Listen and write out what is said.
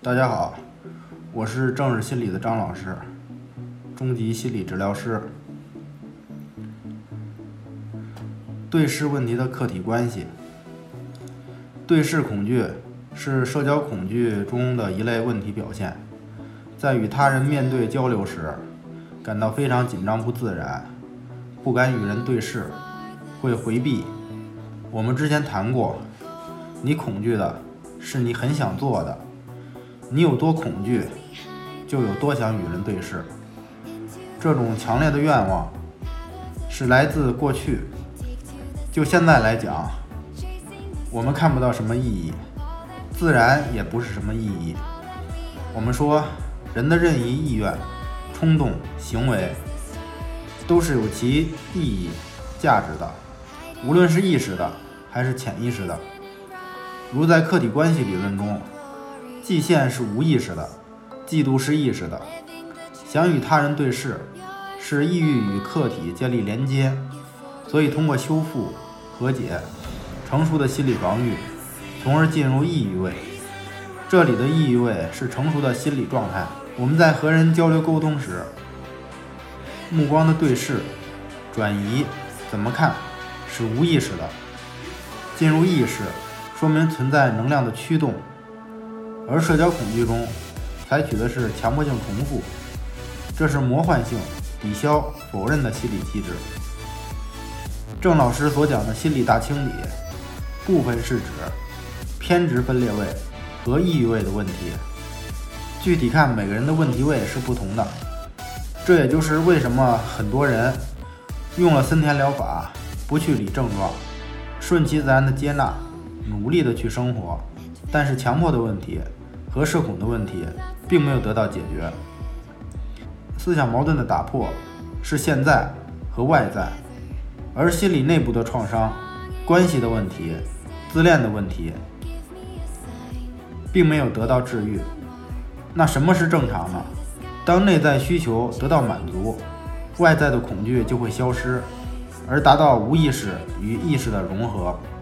大家好，我是正视心理的张老师，中级心理治疗师。对视问题的客体关系。对视恐惧是社交恐惧中的一类问题表现，在与他人面对交流时，感到非常紧张不自然，不敢与人对视，会回避。我们之前谈过，你恐惧的是你很想做的，你有多恐惧，就有多想与人对视。这种强烈的愿望是来自过去，就现在来讲，我们看不到什么意义，自然也不是什么意义。我们说，人的任意意愿、冲动、行为，都是有其意义、价值的，无论是意识的还是潜意识的。如在客体关系理论中，嫉羡是无意识的，嫉妒是意识的。想与他人对视，是意欲与客体建立连接，所以通过修复、和解、成熟的心理防御，从而进入抑郁位。这里的抑郁位是成熟的心理状态。我们在和人交流沟通时，目光的对视、转移、怎么看是无意识的。进入意识，说明存在能量的驱动，而社交恐惧中采取的是强迫性重复，这是魔幻性、抵消、否认的心理机制。郑老师所讲的心理大清理，部分是指偏执分裂位和抑郁位的问题，具体看每个人的问题位是不同的。这也就是为什么很多人用了森田疗法，不去理症状，顺其自然的接纳，努力的去生活，但是强迫的问题和社恐的问题并没有得到解决。思想矛盾的打破是现在和外在，而心理内部的创伤、关系的问题、自恋的问题并没有得到治愈。那什么是正常呢？当内在需求得到满足，外在的恐惧就会消失，而达到无意识与意识的融合。